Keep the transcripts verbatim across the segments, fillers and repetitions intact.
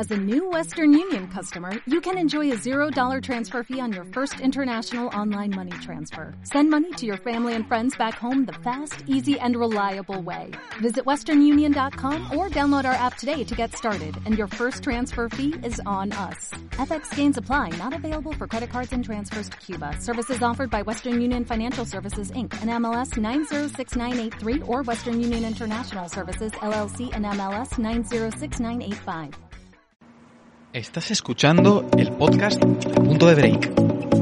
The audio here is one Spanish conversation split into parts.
As a new Western Union customer, you can enjoy a zero dollar transfer fee on your first international online money transfer. Send money to your family and friends back home the fast, easy, and reliable way. Visit western union dot com or download our app today to get started, and your first transfer fee is on us. F X gains apply, not available for credit cards and transfers to Cuba. Services offered by Western Union Financial Services, Incorporated, and M L S nine zero six nine eight three or Western Union International Services, L L C, and M L S nine zero six nine eight five. Estás escuchando el podcast de Punto de Break.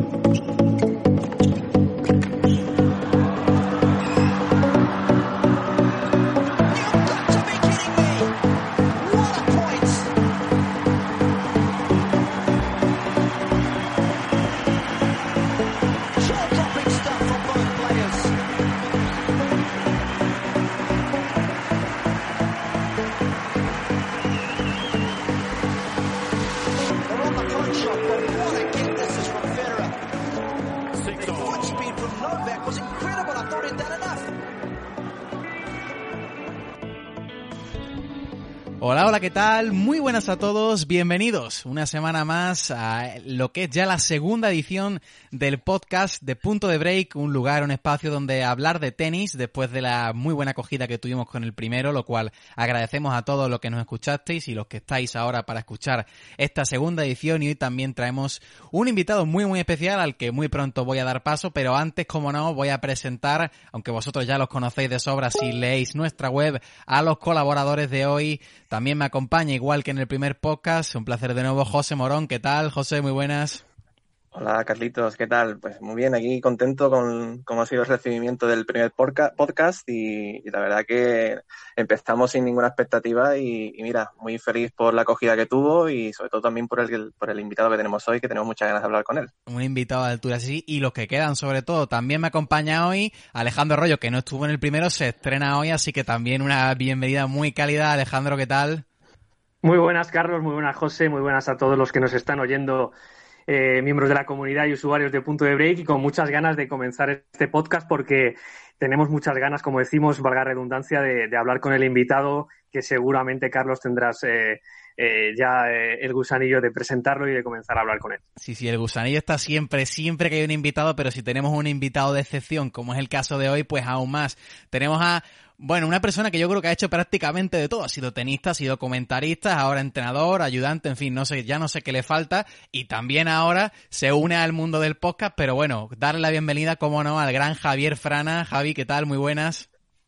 Hola, hola, ¿qué tal? Muy buenas a todos, bienvenidos una semana más a lo que es ya la segunda edición del podcast de Punto de Break, un lugar, un espacio donde hablar de tenis después de la muy buena acogida que tuvimos con el primero, lo cual agradecemos a todos los que nos escuchasteis y los que estáis ahora para escuchar esta segunda edición. Y hoy también traemos un invitado muy muy especial al que muy pronto voy a dar paso, pero antes, como no, voy a presentar, aunque vosotros ya los conocéis de sobra si leéis nuestra web, a los colaboradores de hoy. También me acompaña, igual que en el primer podcast, un placer de nuevo, José Morón. ¿Qué tal, José? Muy buenas. Hola, Carlitos, ¿qué tal? Pues muy bien, aquí contento con cómo ha sido el recibimiento del primer podcast y, y la verdad que empezamos sin ninguna expectativa y, y mira, muy feliz por la acogida que tuvo y sobre todo también por el, por el invitado que tenemos hoy, que tenemos muchas ganas de hablar con él. Un invitado de altura, sí, y los que quedan sobre todo. También me acompaña hoy Alejandro Arroyo, que no estuvo en el primero, se estrena hoy, así que también una bienvenida muy cálida. Alejandro, ¿qué tal? Muy buenas, Carlos, muy buenas, José, muy buenas a todos los que nos están oyendo, eh, miembros de la comunidad y usuarios de Punto de Break, y con muchas ganas de comenzar este podcast porque tenemos muchas ganas, como decimos, valga redundancia, de, de hablar con el invitado, que seguramente, Carlos, tendrás eh, eh, ya eh, el gusanillo de presentarlo y de comenzar a hablar con él. Sí, sí, el gusanillo está siempre, siempre que hay un invitado, pero si tenemos un invitado de excepción, como es el caso de hoy, pues aún más. Tenemos a... Bueno, una persona que yo creo que ha hecho prácticamente de todo. Ha sido tenista, ha sido comentarista, ahora entrenador, ayudante, en fin, no sé, ya no sé qué le falta. Y también ahora se une al mundo del podcast, pero bueno, darle la bienvenida, como no, al gran Javier Frana. Javi, ¿qué tal? Muy buenas.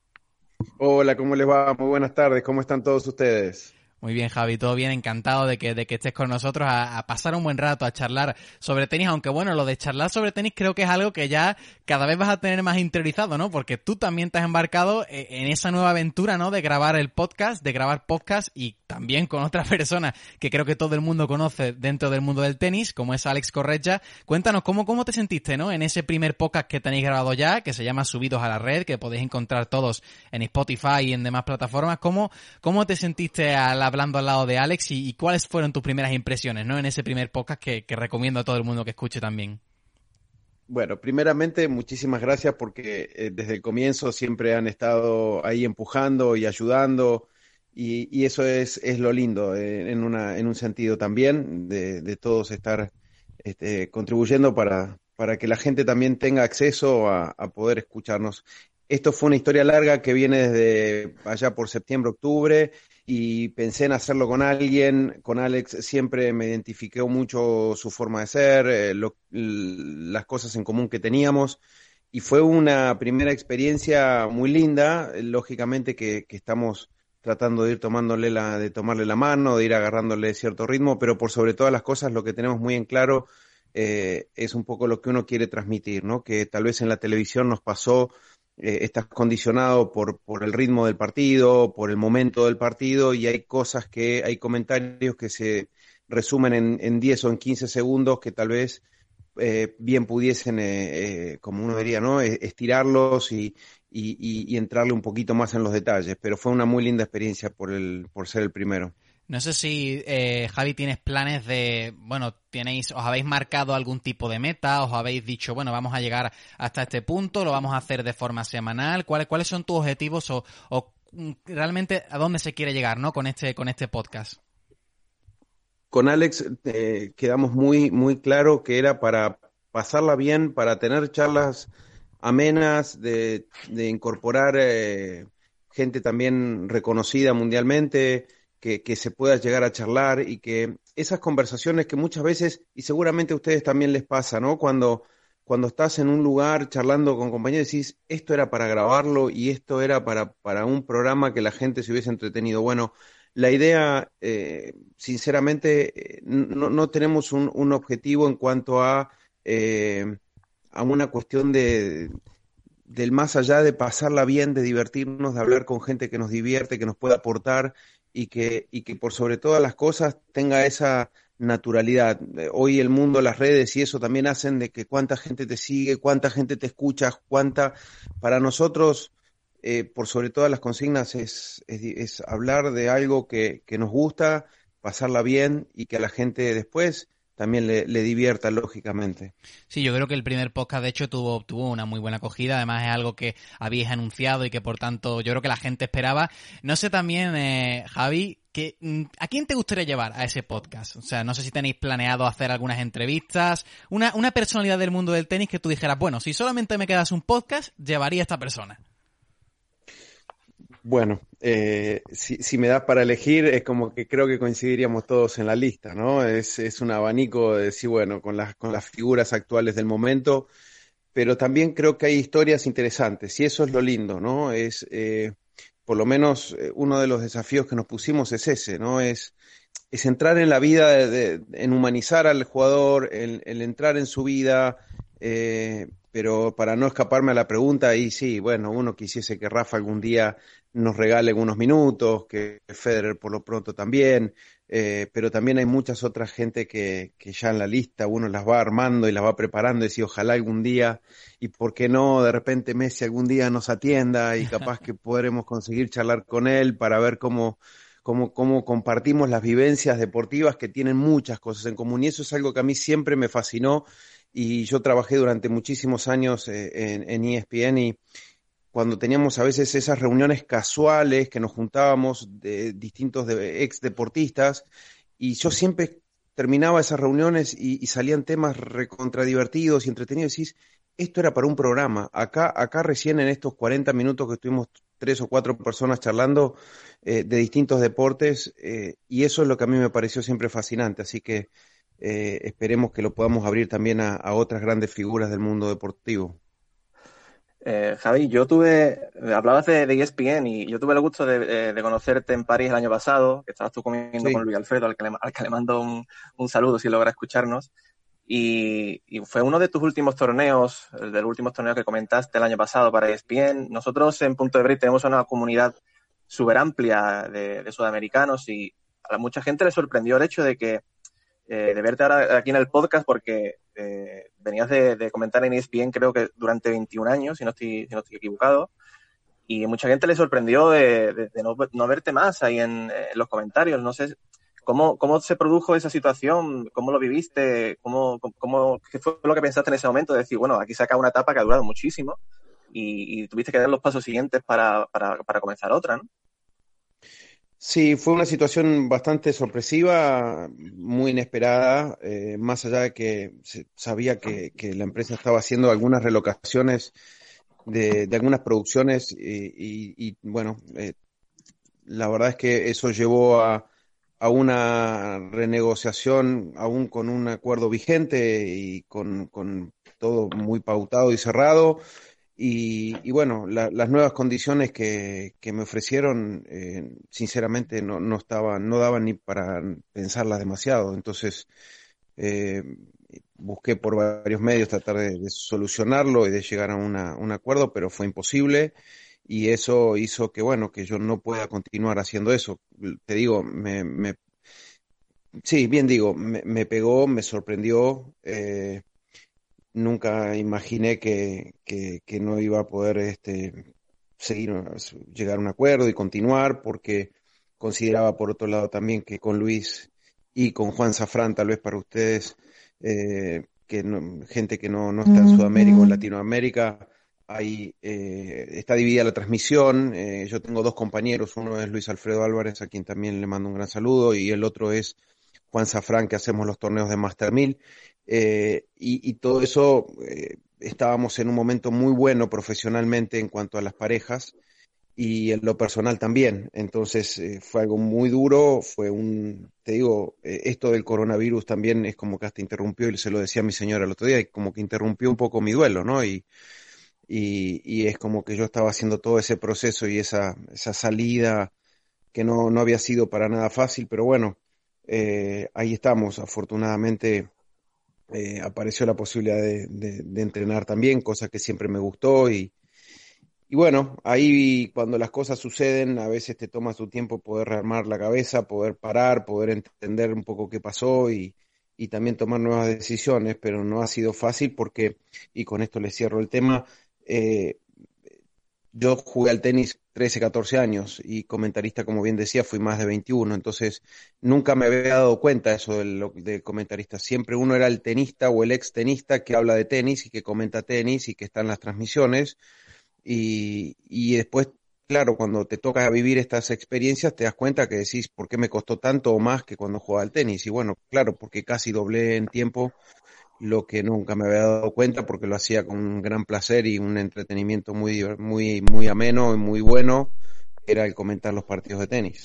Hola, ¿cómo les va? Muy buenas tardes, ¿cómo están todos ustedes? Muy bien, Javi, todo bien, encantado de que de que estés con nosotros a, a pasar un buen rato, a charlar sobre tenis, aunque bueno, lo de charlar sobre tenis creo que es algo que ya cada vez vas a tener más interiorizado, ¿no? Porque tú también te has embarcado en esa nueva aventura, ¿no? De grabar el podcast, de grabar podcast y también con otra persona que creo que todo el mundo conoce dentro del mundo del tenis, como es Alex Corretja. Cuéntanos, ¿cómo, cómo te sentiste, ¿no? En ese primer podcast que tenéis grabado ya, que se llama Subidos a la Red, que podéis encontrar todos en Spotify y en demás plataformas. ¿Cómo, cómo te sentiste al hablando al lado de Alex y, y cuáles fueron tus primeras impresiones, ¿no? En ese primer podcast que, que recomiendo a todo el mundo que escuche también. Bueno, primeramente muchísimas gracias porque eh, desde el comienzo siempre han estado ahí empujando y ayudando y, y eso es, es lo lindo eh, en, una, en un sentido también de, de todos estar este, contribuyendo para, para que la gente también tenga acceso a, a poder escucharnos. Esto fue una historia larga que viene desde allá por septiembre, octubre. Y pensé en hacerlo con alguien, con Alex siempre me identificó mucho su forma de ser, eh, lo, las cosas en común que teníamos y fue una primera experiencia muy linda, lógicamente que, que estamos tratando de ir tomándole la, de tomarle la mano, de ir agarrándole cierto ritmo, pero por sobre todas las cosas lo que tenemos muy en claro eh, es un poco lo que uno quiere transmitir, ¿no? Que tal vez en la televisión nos pasó. Eh, estás condicionado por, por el ritmo del partido, por el momento del partido y hay cosas que, hay comentarios que se resumen en, en diez o en quince segundos que tal vez eh, bien pudiesen, eh, eh, como uno diría, ¿no? Estirarlos y, y, y, y entrarle un poquito más en los detalles, pero fue una muy linda experiencia por, el, por ser el primero. No sé si, eh, Javi, tienes planes de, bueno, tenéis, os habéis marcado algún tipo de meta, os habéis dicho, bueno, vamos a llegar hasta este punto, lo vamos a hacer de forma semanal. ¿Cuáles, cuáles son tus objetivos o, o realmente a dónde se quiere llegar, ¿no? Con este, con este podcast. con Alex eh, quedamos muy, muy claro que era para pasarla bien, para tener charlas amenas, de, de incorporar eh, gente también reconocida mundialmente, que, que se pueda llegar a charlar y que esas conversaciones que muchas veces, y seguramente a ustedes también les pasa, ¿no? Cuando, cuando estás en un lugar charlando con compañeros, decís, esto era para grabarlo y esto era para, para un programa que la gente se hubiese entretenido. Bueno, la idea, eh, sinceramente, eh, no, no tenemos un, un objetivo en cuanto a... Eh, a una cuestión de del más allá de pasarla bien, de divertirnos, de hablar con gente que nos divierte, que nos pueda aportar y que, y que por sobre todas las cosas tenga esa naturalidad. Hoy el mundo, las redes y eso también hacen de que cuánta gente te sigue, cuánta gente te escucha, cuánta... Para nosotros, eh, por sobre todas las consignas, es, es, es hablar de algo que, que nos gusta, pasarla bien y que a la gente después también le, le divierta, lógicamente. Sí, yo creo que el primer podcast, de hecho, tuvo, tuvo una muy buena acogida. Además, es algo que habíais anunciado y que, por tanto, yo creo que la gente esperaba. No sé también, eh, Javi, que, ¿a quién te gustaría llevar a ese podcast? O sea, no sé si tenéis planeado hacer algunas entrevistas, una, una personalidad del mundo del tenis que tú dijeras, bueno, si solamente me quedas un podcast, llevaría a esta persona. Bueno, eh, si, si me das para elegir, es como que creo que coincidiríamos todos en la lista, ¿no? Es, es un abanico de decir, bueno, con las, con las figuras actuales del momento, pero también creo que hay historias interesantes, y eso es lo lindo, ¿no? Es, eh, por lo menos, eh, uno de los desafíos que nos pusimos es ese, ¿no? Es, es entrar en la vida, de, de, en humanizar al jugador, el, el entrar en su vida, eh, pero para no escaparme a la pregunta, y sí, bueno, uno quisiese que Rafa algún día nos regale unos minutos, que Federer por lo pronto también, eh, pero también hay muchas otras gente que, que ya en la lista uno las va armando y las va preparando y decir, ojalá algún día, y por qué no, de repente Messi algún día nos atienda y capaz que podremos conseguir charlar con él para ver cómo, cómo, cómo compartimos las vivencias deportivas que tienen muchas cosas en común, y eso es algo que a mí siempre me fascinó, y yo trabajé durante muchísimos años eh, en, en E S P N, y cuando teníamos a veces esas reuniones casuales que nos juntábamos de distintos de, ex deportistas, y yo siempre terminaba esas reuniones y, y salían temas recontradivertidos y entretenidos, y decís, esto era para un programa, acá, acá recién en estos cuarenta minutos que estuvimos tres o cuatro personas charlando eh, de distintos deportes, eh, y eso es lo que a mí me pareció siempre fascinante, así que eh, esperemos que lo podamos abrir también a, a otras grandes figuras del mundo deportivo. Eh, Javi, yo tuve, hablabas de, de E S P N y yo tuve el gusto de, de conocerte en París el año pasado, que estabas tú comiendo Sí. con Luis Alfredo, al que le, al que le mando un, un saludo si logra escucharnos. Y, y fue uno de tus últimos torneos, el del último torneo que comentaste el año pasado para E S P N. Nosotros en Punto de Break tenemos una comunidad súper amplia de, de sudamericanos y a mucha gente le sorprendió el hecho de que eh, de verte ahora aquí en el podcast porque eh, venías de, de comentar en E S P N creo que durante veintiún años, si no estoy, si no estoy equivocado, y mucha gente le sorprendió de, de, de no, no verte más ahí en, en los comentarios. No sé cómo, cómo se produjo esa situación, cómo lo viviste, cómo, cómo, qué fue lo que pensaste en ese momento de decir, bueno, aquí se acaba una etapa que ha durado muchísimo y, y tuviste que dar los pasos siguientes para, para, para comenzar otra, ¿no? Sí, fue una situación bastante sorpresiva, muy inesperada, eh, más allá de que se sabía que, que la empresa estaba haciendo algunas relocaciones de, de algunas producciones y, y, y bueno, eh, la verdad es que eso llevó a, a una renegociación aún con un acuerdo vigente y con, con todo muy pautado y cerrado. Y, y bueno, la, las nuevas condiciones que, que me ofrecieron, eh, sinceramente no, no estaban, no daban ni para pensarlas demasiado. Entonces, eh, busqué por varios medios tratar de, de solucionarlo y de llegar a una, un acuerdo, pero fue imposible. Y eso hizo que, bueno, que yo no pueda continuar haciendo eso. Te digo, me, me sí, bien digo, me, me pegó, me sorprendió. Eh, Nunca imaginé que, que, que no iba a poder este, seguir, llegar a un acuerdo y continuar, porque consideraba por otro lado también que con Luis y con Juan Safrán, tal vez para ustedes, eh, que no, gente que no, no está en Sudamérica o en Latinoamérica, hay, eh, está dividida la transmisión. Eh, yo tengo dos compañeros, uno es Luis Alfredo Álvarez, a quien también le mando un gran saludo, y el otro es Juan Safrán, que hacemos los torneos de Master mil, eh, y, y todo eso, eh, estábamos en un momento muy bueno profesionalmente en cuanto a las parejas, y en lo personal también. Entonces eh, fue algo muy duro, fue un, te digo, eh, esto del coronavirus también es como que hasta interrumpió, y se lo decía a mi señora el otro día, y como que interrumpió un poco mi duelo, ¿no? Y, y, y es como que yo estaba haciendo todo ese proceso y esa, esa salida que no, no había sido para nada fácil, pero bueno, eh, ahí estamos. Afortunadamente eh, apareció la posibilidad de, de, de entrenar también, cosa que siempre me gustó, y Y bueno, ahí cuando las cosas suceden, a veces te toma tu tiempo poder rearmar la cabeza, poder parar, poder entender un poco qué pasó, y, y también tomar nuevas decisiones, pero no ha sido fácil porque, y con esto les cierro el tema, eh, yo jugué al tenis trece, catorce años, y comentarista, como bien decía, fui más de veintiuno, entonces nunca me había dado cuenta eso del, del comentarista. Siempre uno era el tenista o el ex tenista que habla de tenis y que comenta tenis y que está en las transmisiones. Y, y después, claro, cuando te toca vivir estas experiencias, te das cuenta que decís, ¿por qué me costó tanto o más que cuando jugaba al tenis? Y bueno, claro, porque casi doblé en tiempo lo que nunca me había dado cuenta, porque lo hacía con un gran placer y un entretenimiento muy, muy, muy ameno y muy bueno, era el comentar los partidos de tenis.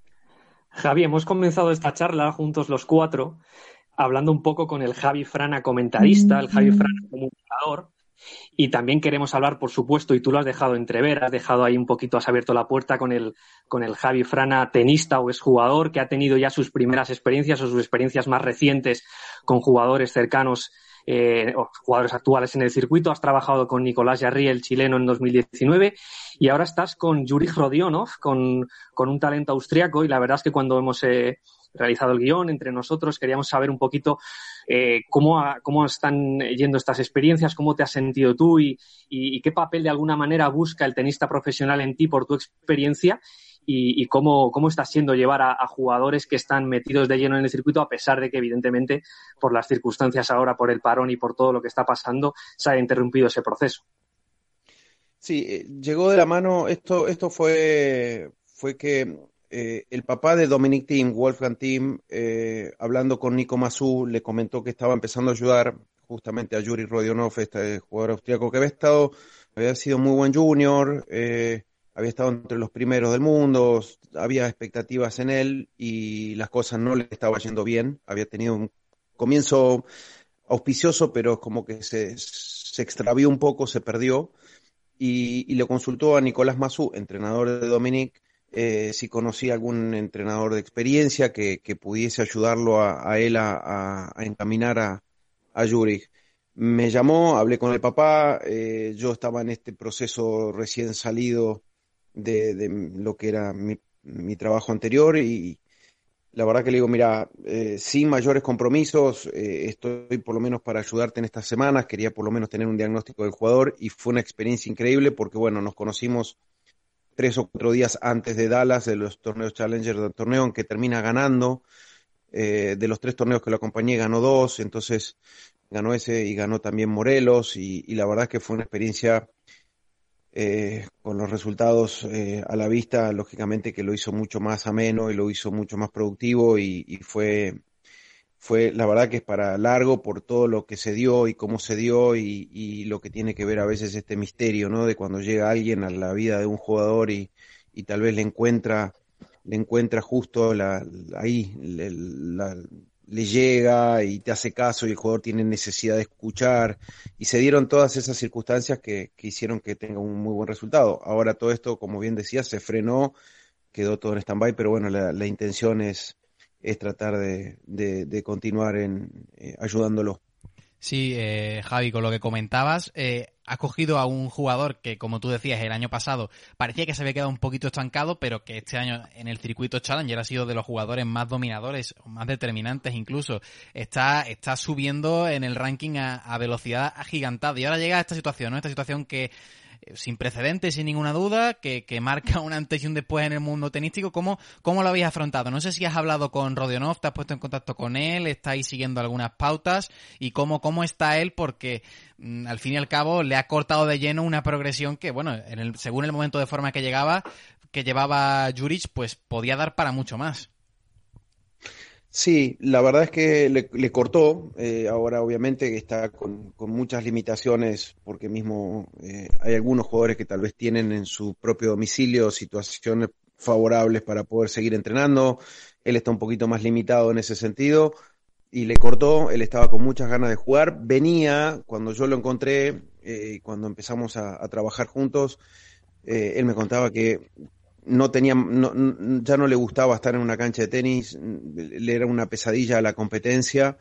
Javi, hemos comenzado esta charla juntos los cuatro, hablando un poco con el Javi Frana comentarista, el Javi Frana comunicador. Y también queremos hablar, por supuesto, y tú lo has dejado entrever, has dejado ahí un poquito, has abierto la puerta con el, con el Javi Frana tenista o exjugador, que ha tenido ya sus primeras experiencias o sus experiencias más recientes con jugadores cercanos eh, o jugadores actuales en el circuito. Has trabajado con Nicolás Jarry, el chileno, en dos mil diecinueve, y ahora estás con Yuri Rodionov, con, con un talento austriaco, y la verdad es que cuando hemos eh, realizado el guión entre nosotros queríamos saber un poquito eh, cómo, a, cómo están yendo estas experiencias, cómo te has sentido tú y, y, y qué papel de alguna manera busca el tenista profesional en ti por tu experiencia, y, y cómo, cómo está siendo llevar a, a jugadores que están metidos de lleno en el circuito, a pesar de que evidentemente por las circunstancias ahora, por el parón y por todo lo que está pasando, se ha interrumpido ese proceso. Sí, eh, llegó de la mano, esto, esto fue, fue que eh, el papá de Dominic Thiem, Wolfgang Thiem, eh, hablando con Nico Massú, le comentó que estaba empezando a ayudar justamente a Yuri Rodionov, este jugador austriaco que había estado, había sido muy buen junior, eh, había estado entre los primeros del mundo, había expectativas en él y las cosas no le estaban yendo bien, había tenido un comienzo auspicioso, pero como que se, se extravió un poco, se perdió. Y, y le consultó a Nicolás Massú, entrenador de Dominic, eh, si conocía algún entrenador de experiencia que, que pudiese ayudarlo a, a él a, a, a encaminar a, a Yuri. Me llamó, hablé con el papá, eh, yo estaba en este proceso recién salido de, de lo que era mi, mi trabajo anterior, y la verdad que le digo, mira, eh, sin mayores compromisos, eh, estoy por lo menos para ayudarte en estas semanas, quería por lo menos tener un diagnóstico del jugador, y fue una experiencia increíble porque, bueno, nos conocimos tres o cuatro días antes de Dallas, de los torneos Challenger, del torneo en que termina ganando, eh, de los tres torneos que lo acompañé ganó dos, entonces ganó ese y ganó también Morelos, y, y la verdad que fue una experiencia Eh, con los resultados eh, a la vista, lógicamente que lo hizo mucho más ameno y lo hizo mucho más productivo, y, y fue, fue la verdad que es para largo por todo lo que se dio y cómo se dio, y, y lo que tiene que ver a veces este misterio, ¿no? De cuando llega alguien a la vida de un jugador y, y tal vez le encuentra, le encuentra justo la, la, ahí, la, la, le llega y te hace caso, y el jugador tiene necesidad de escuchar, y se dieron todas esas circunstancias que, que hicieron que tenga un muy buen resultado. Ahora todo esto, como bien decía, se frenó, quedó todo en stand-by, pero bueno, la, la intención es, es tratar de, de, de continuar en, eh, ayudándolo. Sí, eh, Javi, con lo que comentabas, eh, has cogido a un jugador que, como tú decías, el año pasado parecía que se había quedado un poquito estancado, pero que este año en el circuito Challenger ha sido de los jugadores más dominadores, más determinantes incluso. Está, está subiendo en el ranking a, a velocidad agigantada, y ahora llega a esta situación, ¿no? Esta situación que sin precedentes, sin ninguna duda, que, que marca un antes y un después en el mundo tenístico. ¿Cómo, cómo lo habéis afrontado? No sé si has hablado con Rodionov, te has puesto en contacto con él, estáis siguiendo algunas pautas, y cómo, cómo está él, porque mmm, al fin y al cabo le ha cortado de lleno una progresión que, bueno, en el, según el momento de forma que llegaba, que llevaba Juric, pues podía dar para mucho más. Sí, la verdad es que le, le cortó, eh, ahora obviamente está con, con muchas limitaciones porque mismo eh, hay algunos jugadores que tal vez tienen en su propio domicilio situaciones favorables para poder seguir entrenando, él está un poquito más limitado en ese sentido y le cortó, él estaba con muchas ganas de jugar, venía, cuando yo lo encontré, eh, cuando empezamos a, a trabajar juntos, eh, él me contaba que no tenía, no, ya no le gustaba estar en una cancha de tenis, le era una pesadilla a la competencia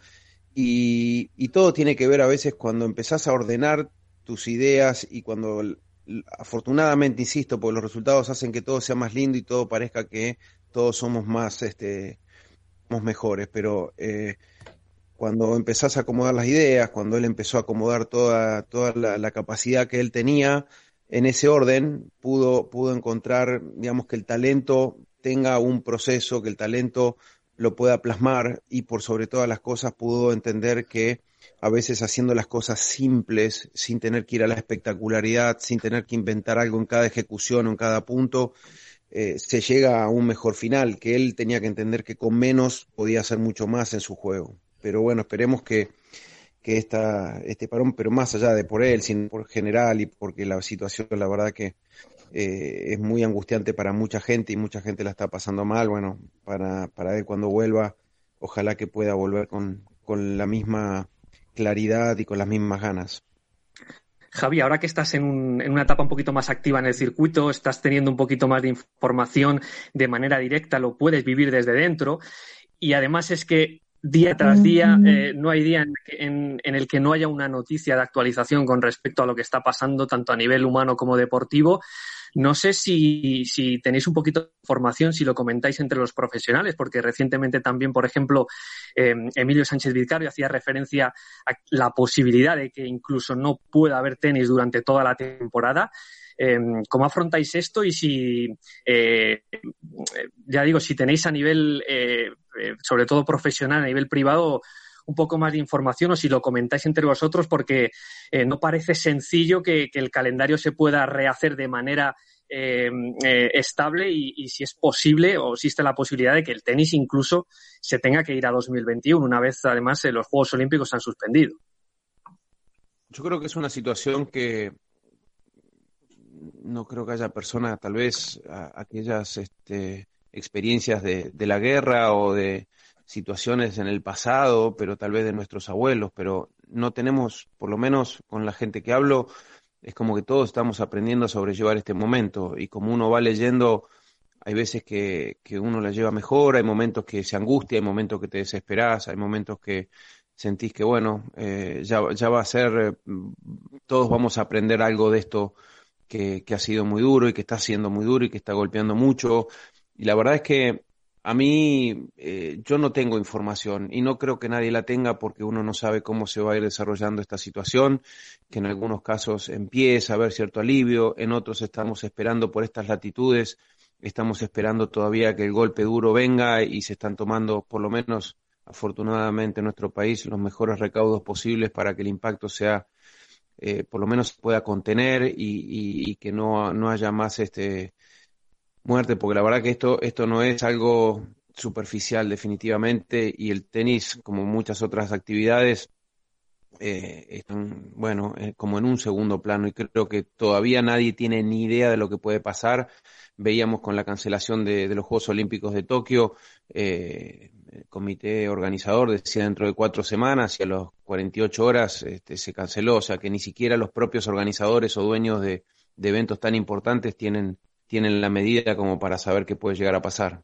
y, y todo tiene que ver a veces cuando empezás a ordenar tus ideas y cuando, afortunadamente, insisto, porque los resultados hacen que todo sea más lindo y todo parezca que todos somos más, este, somos mejores, pero eh, cuando empezás a acomodar las ideas, cuando él empezó a acomodar toda, toda la, la capacidad que él tenía, en ese orden pudo, pudo encontrar, digamos, que el talento tenga un proceso, que el talento lo pueda plasmar y por sobre todas las cosas pudo entender que a veces haciendo las cosas simples, sin tener que ir a la espectacularidad, sin tener que inventar algo en cada ejecución o en cada punto, eh, se llega a un mejor final, que él tenía que entender que con menos podía hacer mucho más en su juego. Pero bueno, esperemos que que esta, este parón, pero más allá de por él, sino por general y porque la situación, la verdad que eh, es muy angustiante para mucha gente y mucha gente la está pasando mal. Bueno, para, para él cuando vuelva, ojalá que pueda volver con, con la misma claridad y con las mismas ganas. Javi, ahora que estás en, un, en una etapa un poquito más activa en el circuito, estás teniendo un poquito más de información de manera directa, lo puedes vivir desde dentro y además es que día tras día, eh, no hay día en, en, en el que no haya una noticia de actualización con respecto a lo que está pasando, tanto a nivel humano como deportivo. No sé si, si tenéis un poquito de información, si lo comentáis entre los profesionales, porque recientemente también, por ejemplo, eh, Emilio Sánchez Vicario hacía referencia a la posibilidad de que incluso no pueda haber tenis durante toda la temporada. Eh, ¿Cómo afrontáis esto? Y si, eh, ya digo, si tenéis a nivel, eh, sobre todo profesional, a nivel privado, un poco más de información o si lo comentáis entre vosotros, porque eh, no parece sencillo que, que el calendario se pueda rehacer de manera eh, eh, estable y, y si es posible o existe la posibilidad de que el tenis incluso se tenga que ir a dos mil veintiuno, una vez además eh, los Juegos Olímpicos se han suspendido. Yo creo que es una situación que no creo que haya personas, tal vez a, aquellas este, experiencias de, de la guerra o de situaciones en el pasado, pero tal vez de nuestros abuelos, pero no tenemos, por lo menos con la gente que hablo, es como que todos estamos aprendiendo a sobrellevar este momento y como uno va leyendo, hay veces que, que uno la lleva mejor, hay momentos que se angustia, hay momentos que te desesperás, hay momentos que sentís que bueno, eh, ya, ya va a ser, eh, todos vamos a aprender algo de esto que, que ha sido muy duro y que está siendo muy duro y que está golpeando mucho. Y la verdad es que a mí eh, yo no tengo información y no creo que nadie la tenga porque uno no sabe cómo se va a ir desarrollando esta situación, que en algunos casos empieza a haber cierto alivio, en otros estamos esperando por estas latitudes, estamos esperando todavía que el golpe duro venga y se están tomando, por lo menos afortunadamente en nuestro país, los mejores recaudos posibles para que el impacto sea Eh, por lo menos pueda contener y, y, y que no, no haya más este muerte, porque la verdad que esto, esto no es algo superficial definitivamente y el tenis, como muchas otras actividades, eh, están, bueno, eh, como en un segundo plano y creo que todavía nadie tiene ni idea de lo que puede pasar. Veíamos con la cancelación de, de los Juegos Olímpicos de Tokio, eh, el comité organizador decía dentro de cuatro semanas y a las cuarenta y ocho horas este, se canceló, o sea que ni siquiera los propios organizadores o dueños de, de eventos tan importantes tienen, tienen la medida como para saber qué puede llegar a pasar.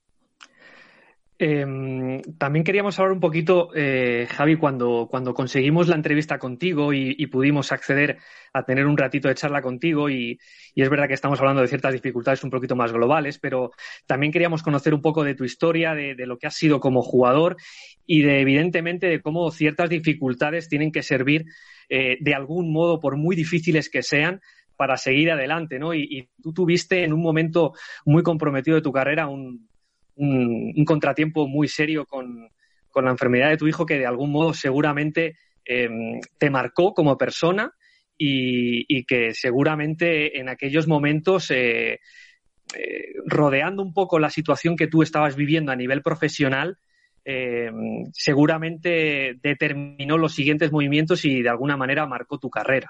Eh, también queríamos hablar un poquito, eh, Javi, cuando, cuando conseguimos la entrevista contigo y, y pudimos acceder a tener un ratito de charla contigo y, y es verdad que estamos hablando de ciertas dificultades un poquito más globales, pero también queríamos conocer un poco de tu historia, de, de lo que has sido como jugador y de, evidentemente, de cómo ciertas dificultades tienen que servir eh, de algún modo, por muy difíciles que sean, para seguir adelante, ¿no? Y, y tú tuviste en un momento muy comprometido de tu carrera un Un, un contratiempo muy serio con, con la enfermedad de tu hijo que de algún modo seguramente eh, te marcó como persona y, y que seguramente en aquellos momentos, eh, eh, rodeando un poco la situación que tú estabas viviendo a nivel profesional, eh, seguramente determinó los siguientes movimientos y de alguna manera marcó tu carrera.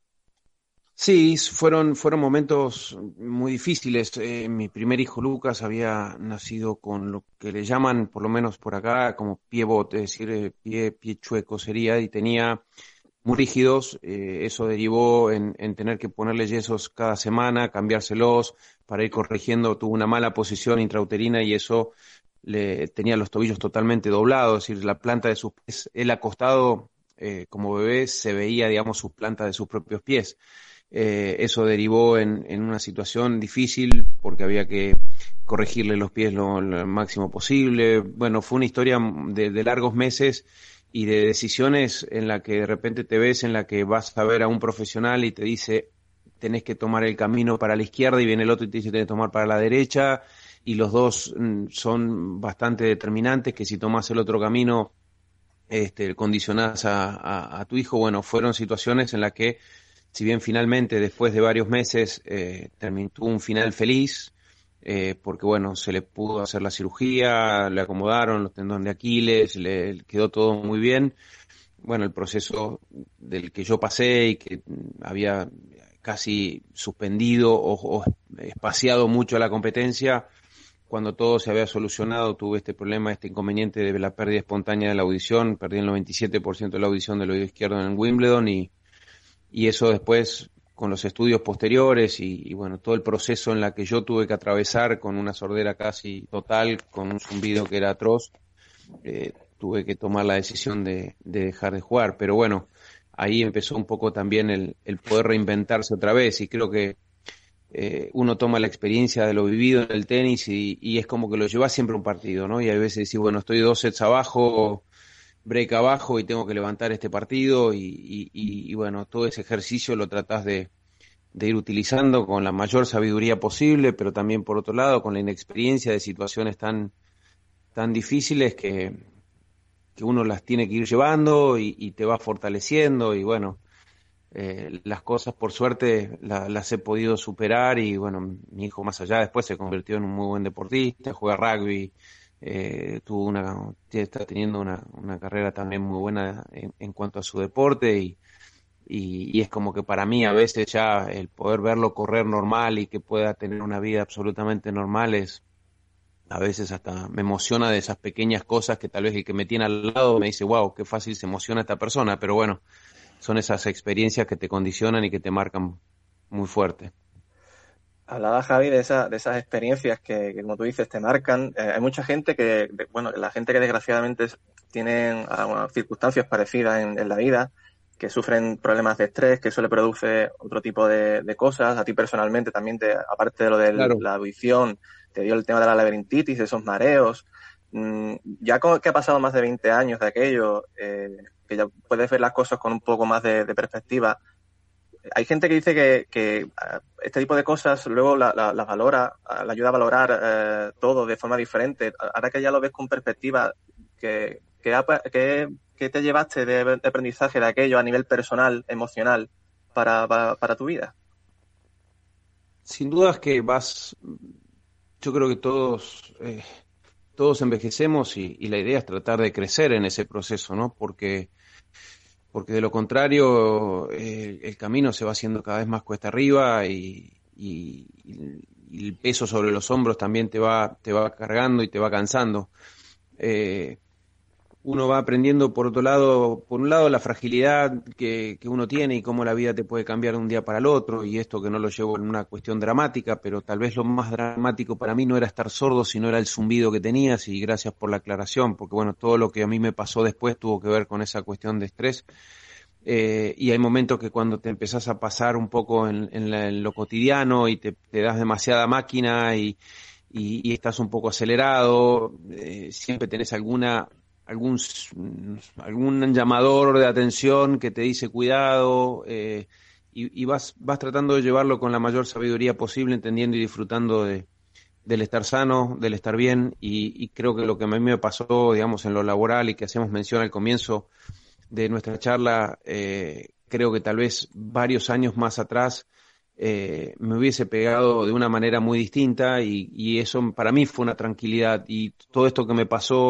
Sí, fueron, fueron momentos muy difíciles. Eh, mi primer hijo Lucas había nacido con lo que le llaman, por lo menos por acá, como pie bote, es decir, eh, pie, pie chueco sería, y tenía muy rígidos. Eh, eso derivó en, en tener que ponerle yesos cada semana, cambiárselos para ir corrigiendo. Tuvo una mala posición intrauterina y eso le tenía los tobillos totalmente doblados, es decir, la planta de sus pies, él acostado eh, como bebé se veía, digamos, sus plantas de sus propios pies. Eh, eso derivó en, en una situación difícil porque había que corregirle los pies lo, lo máximo posible. Bueno, fue una historia de, de largos meses y de decisiones en la que de repente te ves en la que vas a ver a un profesional y te dice tenés que tomar el camino para la izquierda y viene el otro y te dice tenés que tomar para la derecha, y los dos mm, son bastante determinantes, que si tomas el otro camino este, condicionás a, a, a tu hijo. Bueno, fueron situaciones en las que si bien finalmente después de varios meses eh, terminó, tuvo un final feliz, eh, porque bueno, se le pudo hacer la cirugía, le acomodaron los tendones de Aquiles, le, le quedó todo muy bien. Bueno, el proceso del que yo pasé y que había casi suspendido o, o espaciado mucho la competencia, cuando todo se había solucionado, tuve este problema, este inconveniente de la pérdida espontánea de la audición, perdí el noventa y siete por ciento de la audición del oído izquierdo en Wimbledon y Y eso después, con los estudios posteriores y, y bueno, todo el proceso en la que yo tuve que atravesar con una sordera casi total, con un zumbido que era atroz, eh, tuve que tomar la decisión de, de dejar de jugar. Pero bueno, ahí empezó un poco también el, el poder reinventarse otra vez y creo que eh, uno toma la experiencia de lo vivido en el tenis y, y es como que lo lleva siempre a un partido, ¿no? Y a veces decís, bueno, estoy dos sets abajo, break abajo y tengo que levantar este partido y, y, y, y bueno, todo ese ejercicio lo tratás de, de ir utilizando con la mayor sabiduría posible, pero también por otro lado con la inexperiencia de situaciones tan, tan difíciles que, que uno las tiene que ir llevando y, y te va fortaleciendo y bueno, eh, las cosas por suerte la, las he podido superar y bueno, mi hijo más allá después se convirtió en un muy buen deportista, juega rugby. Eh, tuvo una, está teniendo una, una carrera también muy buena en, en cuanto a su deporte y, y, y es como que para mí a veces ya el poder verlo correr normal y que pueda tener una vida absolutamente normal es, a veces hasta me emociona de esas pequeñas cosas que tal vez el que me tiene al lado me dice, wow, qué fácil se emociona esta persona, pero bueno, son esas experiencias que te condicionan y que te marcan muy fuerte. Hablaba Javi de, esa, de esas experiencias que, que, como tú dices, te marcan. Eh, hay mucha gente que, de, bueno, la gente que desgraciadamente tienen uh, circunstancias parecidas en, en la vida, que sufren problemas de estrés, que eso le produce otro tipo de, de cosas. A ti personalmente también, te, aparte de lo de claro. la audición, te dio el tema de la laberintitis, esos mareos. Mm, ya con, que ha pasado más de veinte años de aquello, eh, que ya puedes ver las cosas con un poco más de, de perspectiva. Hay gente que dice que, que este tipo de cosas luego las la, la valora, la ayuda a valorar eh, todo de forma diferente. Ahora que ya lo ves con perspectiva, ¿qué, qué, qué, qué te llevaste de, de aprendizaje de aquello a nivel personal, emocional, para, para, para tu vida? Sin duda es que vas, yo creo que todos, eh, todos envejecemos y, y la idea es tratar de crecer en ese proceso, ¿no? Porque porque de lo contrario eh, el camino se va haciendo cada vez más cuesta arriba y, y, y el peso sobre los hombros también te va, te va cargando y te va cansando. Eh, uno va aprendiendo por otro lado, por un lado la fragilidad que, que uno tiene y cómo la vida te puede cambiar de un día para el otro, y esto que no lo llevo en una cuestión dramática, pero tal vez lo más dramático para mí no era estar sordo, sino era el zumbido que tenías, y gracias por la aclaración, porque bueno, todo lo que a mí me pasó después tuvo que ver con esa cuestión de estrés. Eh, y hay momentos que cuando te empezás a pasar un poco en, en, la, en lo cotidiano y te, te das demasiada máquina y, y, y estás un poco acelerado, eh, siempre tenés alguna algún algún llamador de atención que te dice cuidado, eh, y, y vas vas tratando de llevarlo con la mayor sabiduría posible, entendiendo y disfrutando de del estar sano, del estar bien, y, y creo que lo que a mí me pasó, digamos, en lo laboral y que hacemos mención al comienzo de nuestra charla, eh, creo que tal vez varios años más atrás eh, me hubiese pegado de una manera muy distinta, y, y eso para mí fue una tranquilidad, y todo esto que me pasó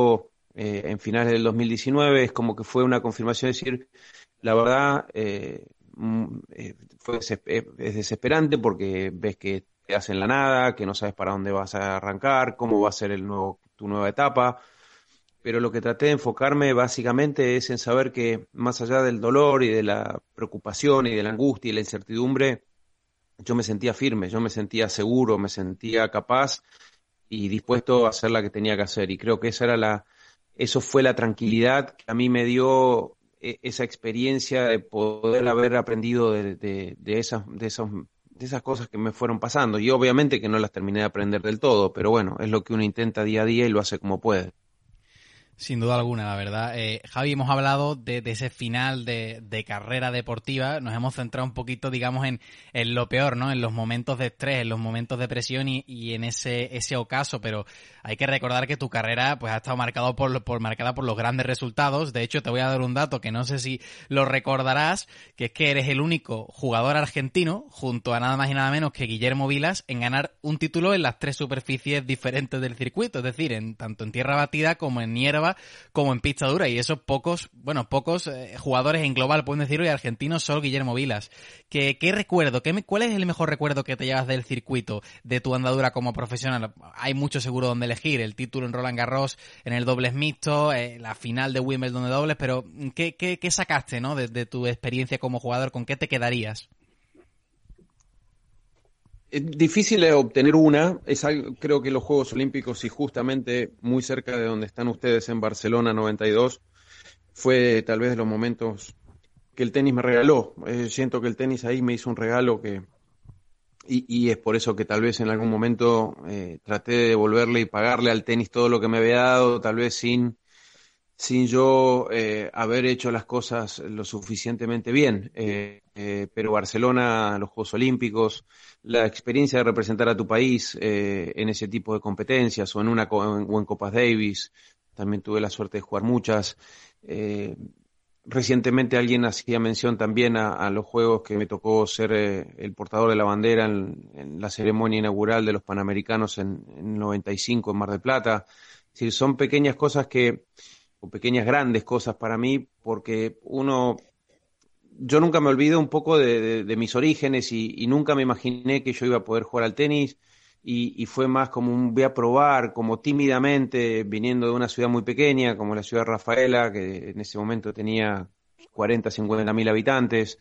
eh, en finales del dos mil diecinueve, es como que fue una confirmación de decir, la verdad, eh, eh, fue desesper- es desesperante porque ves que te hacen la nada, que no sabes para dónde vas a arrancar, cómo va a ser el nuevo, tu nueva etapa. Pero lo que traté de enfocarme básicamente es en saber que más allá del dolor y de la preocupación y de la angustia y la incertidumbre, yo me sentía firme, yo me sentía seguro, me sentía capaz y dispuesto a hacer la que tenía que hacer. Y creo que esa era la, eso fue la tranquilidad que a mí me dio eh, esa experiencia de poder haber aprendido de, de, de esas, de esos, de esas cosas que me fueron pasando. Y obviamente que no las terminé de aprender del todo, pero bueno, es lo que uno intenta día a día y lo hace como puede. Sin duda alguna, la verdad. Eh, Javi, hemos hablado de, de ese final de, de carrera deportiva. Nos hemos centrado un poquito, digamos, en, en lo peor, ¿no? En los momentos de estrés, en los momentos de presión y, y en ese, ese ocaso. Pero hay que recordar que tu carrera pues ha estado marcado por, por, marcada por los grandes resultados. De hecho, te voy a dar un dato que no sé si lo recordarás, que es que eres el único jugador argentino, junto a nada más y nada menos que Guillermo Vilas, en ganar un título en las tres superficies diferentes del circuito. Es decir, en tanto en tierra batida como en hierba como en pista dura, y esos pocos, bueno, pocos eh, jugadores en global pueden decirlo, y argentinos solo Guillermo Vilas. ¿Qué, qué recuerdo? Qué me, ¿Cuál es el mejor recuerdo que te llevas del circuito, de tu andadura como profesional? Hay mucho seguro donde elegir, el título en Roland Garros, en el dobles mixto, eh, la final de Wimbledon de dobles, pero ¿qué, qué, qué sacaste, ¿no? de, de tu experiencia como jugador? ¿Con qué te quedarías? Es difícil de obtener una, es algo, creo que los Juegos Olímpicos y justamente muy cerca de donde están ustedes en Barcelona noventa y dos, fue tal vez de los momentos que el tenis me regaló. Eh, siento que el tenis ahí me hizo un regalo que, y, y es por eso que tal vez en algún momento eh, traté de devolverle y pagarle al tenis todo lo que me había dado, tal vez sin, sin yo eh, haber hecho las cosas lo suficientemente bien. Eh, eh, pero Barcelona, los Juegos Olímpicos, la experiencia de representar a tu país eh, en ese tipo de competencias o en una o en Copas Davis, también tuve la suerte de jugar muchas. Eh, recientemente alguien hacía mención también a, a los Juegos que me tocó ser eh, el portador de la bandera en, en la ceremonia inaugural de los Panamericanos en, en noventa y cinco en Mar del Plata. Es decir, son pequeñas cosas que o pequeñas grandes cosas para mí, porque uno, yo nunca me olvido un poco de, de, de mis orígenes y, y nunca me imaginé que yo iba a poder jugar al tenis y, y fue más como un voy a probar, como tímidamente, viniendo de una ciudad muy pequeña, como la ciudad de Rafaela, que en ese momento tenía cuarenta, cincuenta mil habitantes,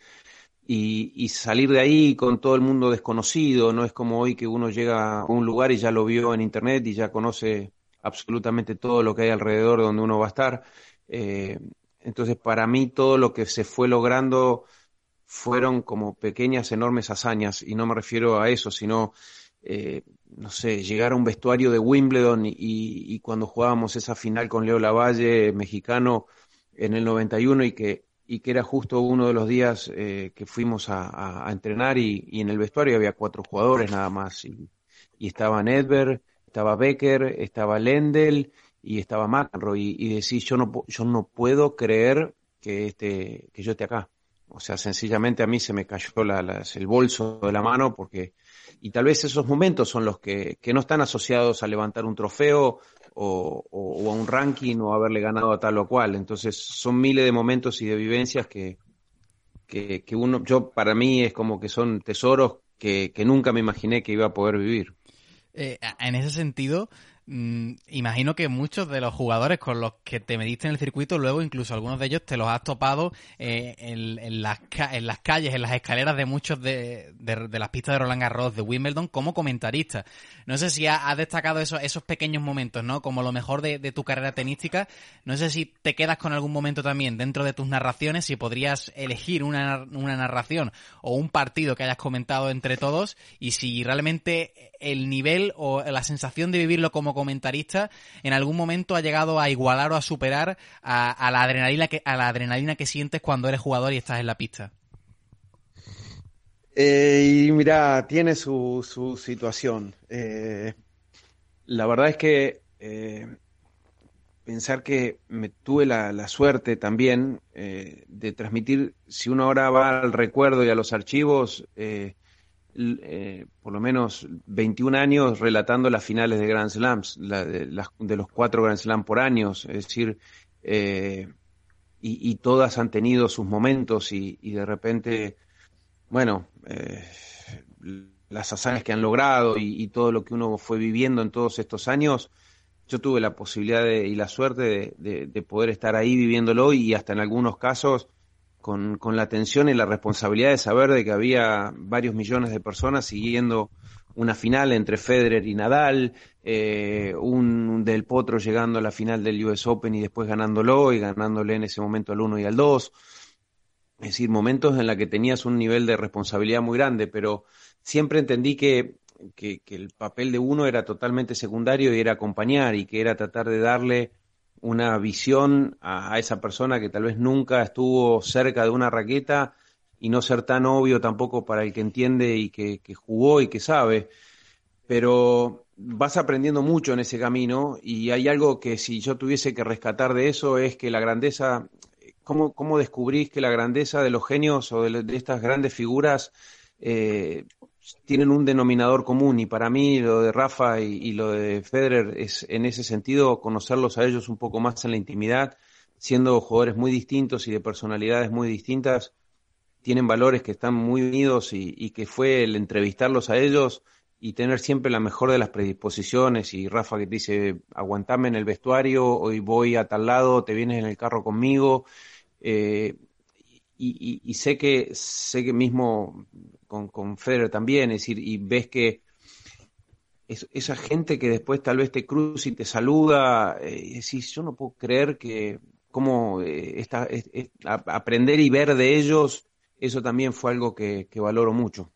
y, y salir de ahí con todo el mundo desconocido, no es como hoy que uno llega a un lugar y ya lo vio en internet y ya conoce absolutamente todo lo que hay alrededor donde uno va a estar. Eh, entonces, para mí, todo lo que se fue logrando fueron como pequeñas, enormes hazañas, y no me refiero a eso, sino, eh, no sé, llegar a un vestuario de Wimbledon y, y, y cuando jugábamos esa final con Leo Lavalle, mexicano, en el noventa y uno, y que, y que era justo uno de los días eh, que fuimos a, a, a entrenar, y, y en el vestuario había cuatro jugadores nada más, y, y estaban Edberg, estaba Becker, estaba Lendl y estaba McEnroe, y, y decís, yo no, yo no puedo creer que, este, que yo esté acá. O sea, sencillamente a mí se me cayó la, la, el bolso de la mano, porque, y tal vez esos momentos son los que, que no están asociados a levantar un trofeo o, o, o a un ranking o a haberle ganado a tal o cual. Entonces son miles de momentos y de vivencias que, que, que uno, yo para mí es como que son tesoros que, que nunca me imaginé que iba a poder vivir. Eh, en ese sentido, mmm, imagino que muchos de los jugadores con los que te mediste en el circuito, luego incluso algunos de ellos te los has topado eh, en, en, las ca- en las calles, en las escaleras de muchos de, de, de las pistas de Roland Garros, de Wimbledon, como comentarista. No sé si has ha destacado esos, esos pequeños momentos, ¿no? Como lo mejor de, de tu carrera tenística. No sé si te quedas con algún momento también dentro de tus narraciones, si podrías elegir una, una narración o un partido que hayas comentado entre todos, y si realmente el nivel o la sensación de vivirlo como comentarista en algún momento ha llegado a igualar o a superar a, a la adrenalina que a la adrenalina que sientes cuando eres jugador y estás en la pista. Eh, y mira, tiene su, su situación. Eh, la verdad es que eh, pensar que me tuve la, la suerte también eh, de transmitir, si uno ahora va al recuerdo y a los archivos, eh, eh, por lo menos veintiún años relatando las finales de Grand Slams, la, de, las, de los cuatro Grand Slam por año, es decir, eh, y, y todas han tenido sus momentos y, y de repente, bueno, eh, las hazañas que han logrado y, y todo lo que uno fue viviendo en todos estos años, yo tuve la posibilidad de, y la suerte de, de, de poder estar ahí viviéndolo y hasta en algunos casos con, con la tensión y la responsabilidad de saber de que había varios millones de personas siguiendo una final entre Federer y Nadal, eh, un, un Del Potro llegando a la final del U S Open y después ganándolo y ganándole en ese momento al uno y al dos. Es decir, momentos en los que tenías un nivel de responsabilidad muy grande, pero siempre entendí que Que, que el papel de uno era totalmente secundario y era acompañar y que era tratar de darle una visión a, a esa persona que tal vez nunca estuvo cerca de una raqueta y no ser tan obvio tampoco para el que entiende y que, que jugó y que sabe. Pero vas aprendiendo mucho en ese camino y hay algo que si yo tuviese que rescatar de eso es que la grandeza, ¿cómo, cómo descubrís que la grandeza de los genios o de, de estas grandes figuras eh, tienen un denominador común? Y para mí lo de Rafa y, y lo de Federer es en ese sentido conocerlos a ellos un poco más en la intimidad, siendo jugadores muy distintos y de personalidades muy distintas, tienen valores que están muy unidos y, y que fue el entrevistarlos a ellos y tener siempre la mejor de las predisposiciones. Y Rafa que te dice, aguantame en el vestuario, hoy voy a tal lado, te vienes en el carro conmigo, eh, y, y, y sé que sé que mismo con, con Federer también, es decir, y ves que es, esa gente que después tal vez te cruza y te saluda, eh, y decís, yo no puedo creer que cómo eh, esta, es, es, a, aprender y ver de ellos, eso también fue algo que, que valoro mucho.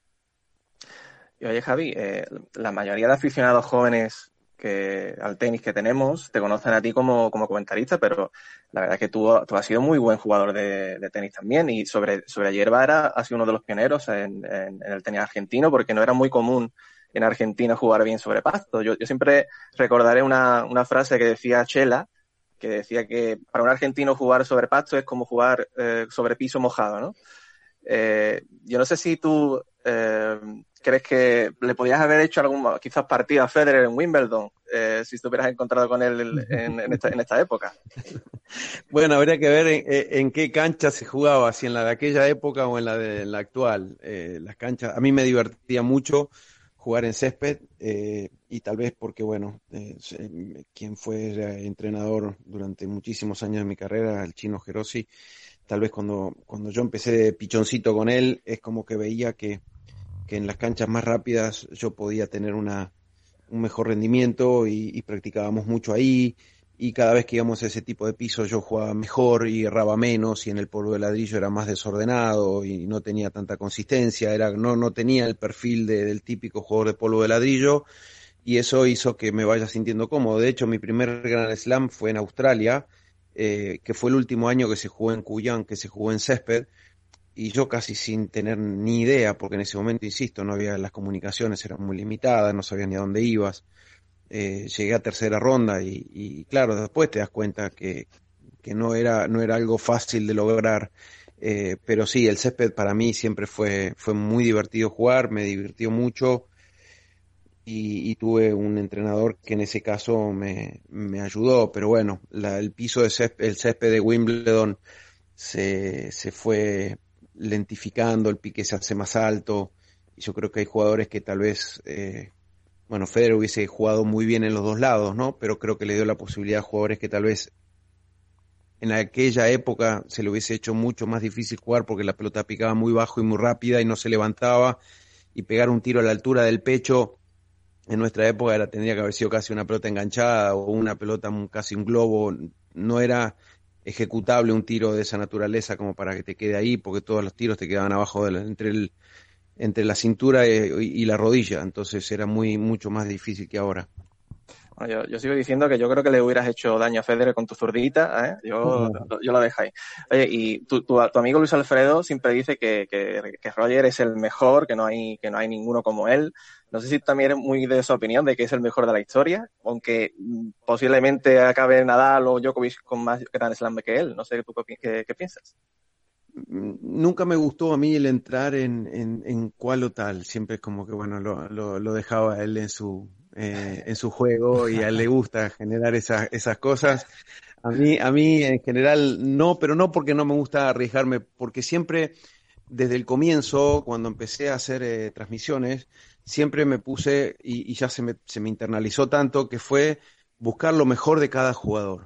Y oye, Javi, eh, la mayoría de aficionados jóvenes que al tenis que tenemos te conocen a ti como, como comentarista, pero la verdad es que tú, tú has sido muy buen jugador de, de tenis también, y sobre, sobre hierba era, has sido uno de los pioneros en, en, en el tenis argentino, porque no era muy común en Argentina jugar bien sobre pasto. Yo, yo siempre recordaré una, una frase que decía Chela, que decía que para un argentino jugar sobre pasto es como jugar eh, sobre piso mojado, ¿no? Eh, yo no sé si tú eh, crees que le podías haber hecho algún quizás partido a Federer en Wimbledon, eh, si te hubieras encontrado con él en, en, esta, en esta época. Bueno, habría que ver en, en qué cancha se jugaba, si en la de aquella época o en la de en la actual. Eh, las canchas, a mí me divertía mucho jugar en césped, eh, y tal vez porque, bueno, eh, quien fue entrenador durante muchísimos años de mi carrera, el Chino Gerosi, tal vez cuando, cuando yo empecé de pichoncito con él, es como que veía que, que en las canchas más rápidas yo podía tener una, un mejor rendimiento y, y practicábamos mucho ahí, y cada vez que íbamos a ese tipo de piso yo jugaba mejor y erraba menos, y en el polvo de ladrillo era más desordenado y no tenía tanta consistencia, era, no, no tenía el perfil de, del típico jugador de polvo de ladrillo, y eso hizo que me vaya sintiendo cómodo. De hecho, mi primer Grand Slam fue en Australia, Eh, que fue el último año que se jugó en Kuyang, que se jugó en césped, y yo casi sin tener ni idea, porque en ese momento, insisto, no había, las comunicaciones eran muy limitadas, no sabías ni a dónde ibas, eh, llegué a tercera ronda y, y claro, después te das cuenta que, que no era, no era algo fácil de lograr, eh, pero sí, el césped para mí siempre fue, fue muy divertido jugar, me divirtió mucho. Y, y tuve un entrenador que en ese caso me, me ayudó, pero bueno, la, el piso de césped, el césped de Wimbledon se, se fue lentificando, el pique se hace más alto, y yo creo que hay jugadores que tal vez, eh, bueno, Federer hubiese jugado muy bien en los dos lados, ¿no? Pero creo que le dio la posibilidad a jugadores que tal vez en aquella época se le hubiese hecho mucho más difícil jugar porque la pelota picaba muy bajo y muy rápida y no se levantaba, y pegar un tiro a la altura del pecho en nuestra época era, tendría que haber sido casi una pelota enganchada o una pelota casi un globo. No era ejecutable un tiro de esa naturaleza como para que te quede ahí, porque todos los tiros te quedaban abajo de la, entre el entre la cintura y, y la rodilla, entonces era muy mucho más difícil que ahora. Bueno, yo, yo sigo diciendo que yo creo que le hubieras hecho daño a Federer con tu zurdita, ¿eh? Yo, uh-huh. yo lo dejo ahí. Oye, y tu, tu, tu amigo Luis Alfredo siempre dice que, que, que Roger es el mejor, que no hay que no hay ninguno como él. No sé si también eres muy de esa opinión, de que es el mejor de la historia, aunque posiblemente acabe Nadal o Djokovic con más Grand Slam que él. No sé, ¿tú qué, qué, qué piensas? nunca me gustó a mí el entrar en, en, en cuál o tal. Siempre es como que, bueno, lo, lo, lo dejaba a él en su, eh, en su juego y a él le gusta generar esas, esas cosas. A mí, a mí en general no, pero no porque no me gusta arriesgarme, porque siempre, desde el comienzo, cuando empecé a hacer eh, transmisiones, siempre me puse, y, y ya se me, se me internalizó tanto, que fue buscar lo mejor de cada jugador.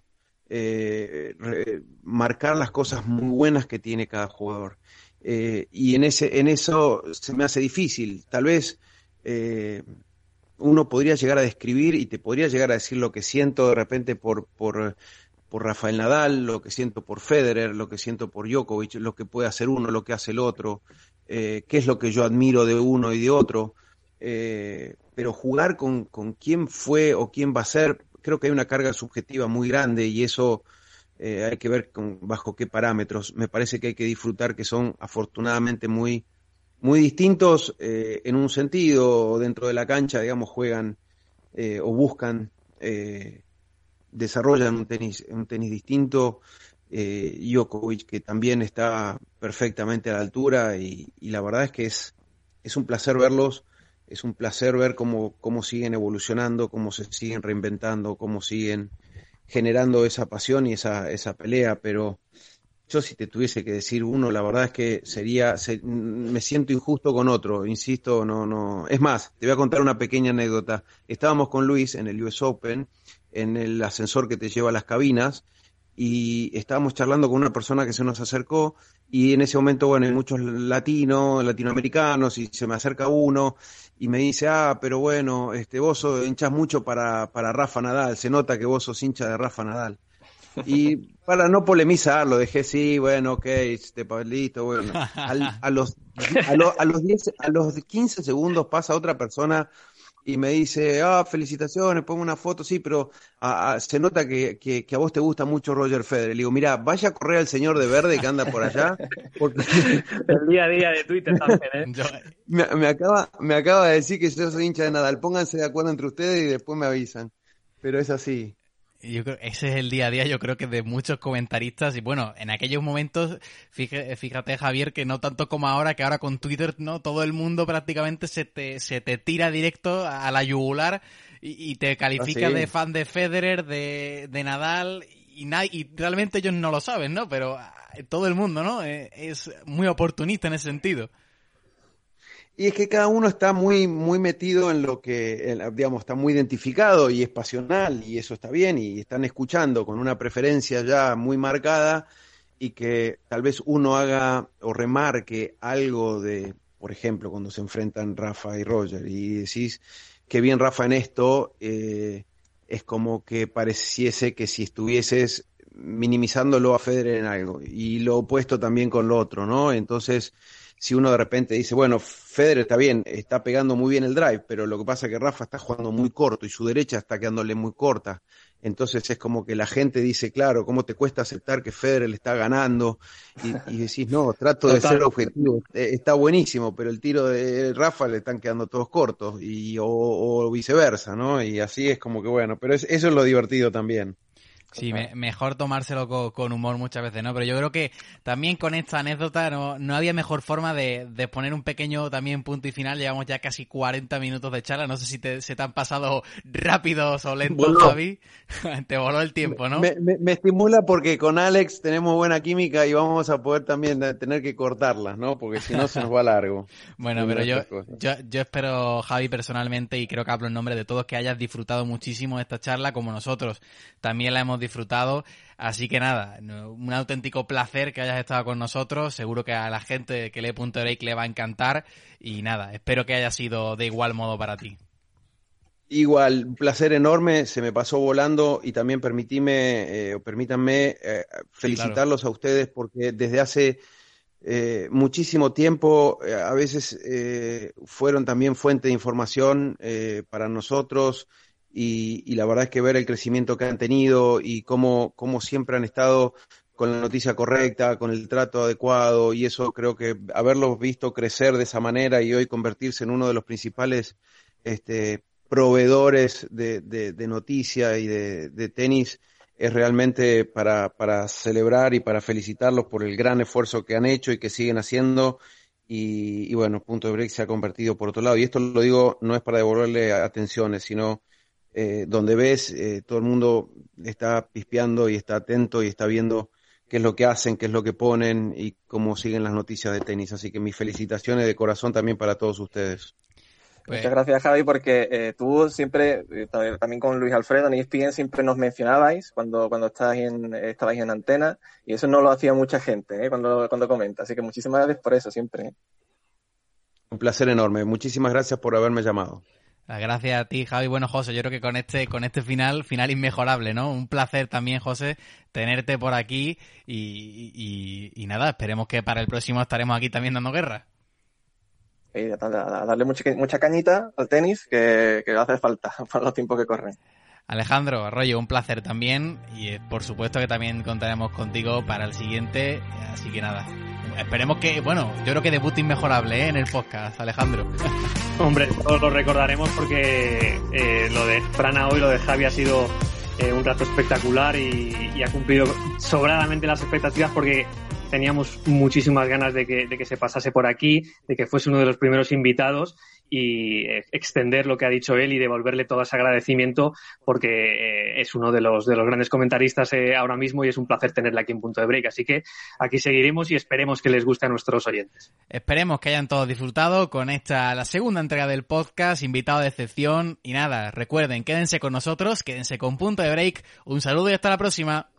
Eh, re, marcar las cosas muy buenas que tiene cada jugador. Eh, y en, ese, en eso se me hace difícil. Tal vez eh, uno podría llegar a describir y te podría llegar a decir lo que siento de repente por, por, por Rafael Nadal, lo que siento por Federer, lo que siento por Djokovic, lo que puede hacer uno, lo que hace el otro, eh, qué es lo que yo admiro de uno y de otro. Eh, pero jugar con, con quién fue o quién va a ser, creo que hay una carga subjetiva muy grande y eso eh, hay que ver con, bajo qué parámetros. Me parece que hay que disfrutar que son afortunadamente muy, muy distintos eh, en un sentido. Dentro de la cancha, digamos, juegan eh, o buscan, eh, desarrollan un tenis, un tenis distinto. Eh, Djokovic, que también está perfectamente a la altura y, y la verdad es que es, es un placer verlos. Es un placer ver cómo, cómo siguen evolucionando, cómo se siguen reinventando, cómo siguen generando esa pasión y esa, esa pelea, pero yo si te tuviese que decir uno, la verdad es que sería, se, me siento injusto con otro, insisto, no, no. Es más, te voy a contar una pequeña anécdota. Estábamos con Luis en el U S Open, en el ascensor que te lleva a las cabinas, y estábamos charlando con una persona que se nos acercó, y en ese momento, bueno, hay muchos latinos, latinoamericanos, y se me acerca uno, y me dice, ah, pero bueno, este, vos sos, hinchás mucho para, para Rafa Nadal, se nota que vos sos hincha de Rafa Nadal. Y para no polemizar, lo dejé, sí, bueno, ok, este palito, bueno. Al, a, los, a, lo, a, los diez, a los quince segundos pasa otra persona y me dice, ah, felicitaciones, pongo una foto, sí, pero a, a, se nota que, que, que a vos te gusta mucho Roger Federer. Le digo, mira, vaya a correr al señor de verde que anda por allá. Porque... El día a día de Twitter también, ¿eh? Yo- me, me, acaba, me acaba de decir que yo soy hincha de Nadal. Pónganse de acuerdo entre ustedes y después me avisan. Pero es así. Yo creo ese es el día a día, yo creo que de muchos comentaristas y bueno, en aquellos momentos, fíjate, fíjate Javier, que no tanto como ahora, que ahora con Twitter, no, todo el mundo prácticamente se te, se te tira directo a la yugular y, y te califica ¿Ah, sí? de fan de Federer, de, de Nadal y, na- y realmente ellos no lo saben, ¿no? Pero todo el mundo, ¿no? Eh, Es muy oportunista en ese sentido. Y es que cada uno está muy, muy metido en lo que, en, digamos, está muy identificado y es pasional y eso está bien y están escuchando con una preferencia ya muy marcada y que tal vez uno haga o remarque algo de, por ejemplo, cuando se enfrentan Rafa y Roger y decís que bien Rafa en esto, eh, es como que pareciese que si estuvieses minimizándolo a Federer en algo y lo opuesto también con lo otro, ¿no? Entonces... Si uno de repente dice, bueno, Federer está bien, está pegando muy bien el drive, pero lo que pasa es que Rafa está jugando muy corto y su derecha está quedándole muy corta. Entonces es como que la gente dice, claro, ¿cómo te cuesta aceptar que Federer le está ganando? Y, y decís, no, trato de ser objetivo. Eh, está buenísimo, pero el tiro de Rafa le están quedando todos cortos y o, o viceversa, ¿no? Y así es como que bueno, pero es, eso es lo divertido también. Sí, me, mejor tomárselo con, con humor muchas veces, ¿no? Pero yo creo que también con esta anécdota no, no había mejor forma de, de poner un pequeño también punto y final. Llevamos ya casi cuarenta minutos de charla. No sé si te, se te han pasado rápidos o lentos, Voló. Javi. Te voló el tiempo, ¿no? Me, me, me estimula porque con Alex tenemos buena química y vamos a poder también tener que cortarlas, ¿no? Porque si no se nos va largo. Bueno, Una pero de yo, estas cosas. yo, yo espero, Javi, personalmente, y creo que hablo en nombre de todos, que hayas disfrutado muchísimo esta charla, como nosotros también la hemos disfrutado. Así que nada, no- un auténtico placer que hayas estado con nosotros. Seguro que a la gente que lee Punto Break le va a encantar. Y nada, espero que haya sido de igual modo para ti. Igual, un placer enorme, se me pasó volando y también permitime, eh, o permítanme eh, felicitarlos a ustedes porque desde hace eh, muchísimo tiempo, eh, a veces eh, fueron también fuente de información eh, para nosotros y, y la verdad es que ver el crecimiento que han tenido y cómo, cómo siempre han estado con la noticia correcta, con el trato adecuado y eso creo que haberlos visto crecer de esa manera y hoy convertirse en uno de los principales este, proveedores de, de, de noticia y de, de tenis es realmente para, para celebrar y para felicitarlos por el gran esfuerzo que han hecho y que siguen haciendo. Y, y bueno, Punto de Break se ha convertido por otro lado. Y esto lo digo, no es para devolverle atenciones, sino eh, donde ves, eh, todo el mundo está pispeando y está atento y está viendo qué es lo que hacen, qué es lo que ponen y cómo siguen las noticias de tenis. Así que mis felicitaciones de corazón también para todos ustedes. Pues, muchas gracias, Javi, porque eh, tú siempre, eh, también con Luis Alfredo en E S P N, siempre nos mencionabais cuando, cuando estabais, en, estabais en antena, y eso no lo hacía mucha gente eh, cuando, cuando comenta. Así que muchísimas gracias por eso siempre. Eh. Un placer enorme. Muchísimas gracias por haberme llamado. Gracias a ti, Javi. Bueno, José, yo creo que con este con este final, final inmejorable, ¿no? Un placer también, José, tenerte por aquí y, y, y nada, esperemos que para el próximo estaremos aquí también dando guerra. Sí, a darle mucha, mucha cañita al tenis, que, que hace falta para los tiempos que corren. Alejandro Arroyo, un placer también y por supuesto que también contaremos contigo para el siguiente, así que nada, esperemos que, bueno, yo creo que debut inmejorable ¿eh? en el podcast, Alejandro. Hombre, todos lo recordaremos porque eh, lo de Frana hoy, lo de Javi ha sido eh, un rato espectacular y, y ha cumplido sobradamente las expectativas porque teníamos muchísimas ganas de que, de que se pasase por aquí, de que fuese uno de los primeros invitados y eh, extender lo que ha dicho él y devolverle todo ese agradecimiento porque eh, es uno de los de los grandes comentaristas eh, ahora mismo y es un placer tenerle aquí en Punto de Break. Así que aquí seguiremos y esperemos que les guste a nuestros oyentes. Esperemos que hayan todos disfrutado con esta, la segunda entrega del podcast, invitado de excepción y nada, recuerden, quédense con nosotros, quédense con Punto de Break. Un saludo y hasta la próxima.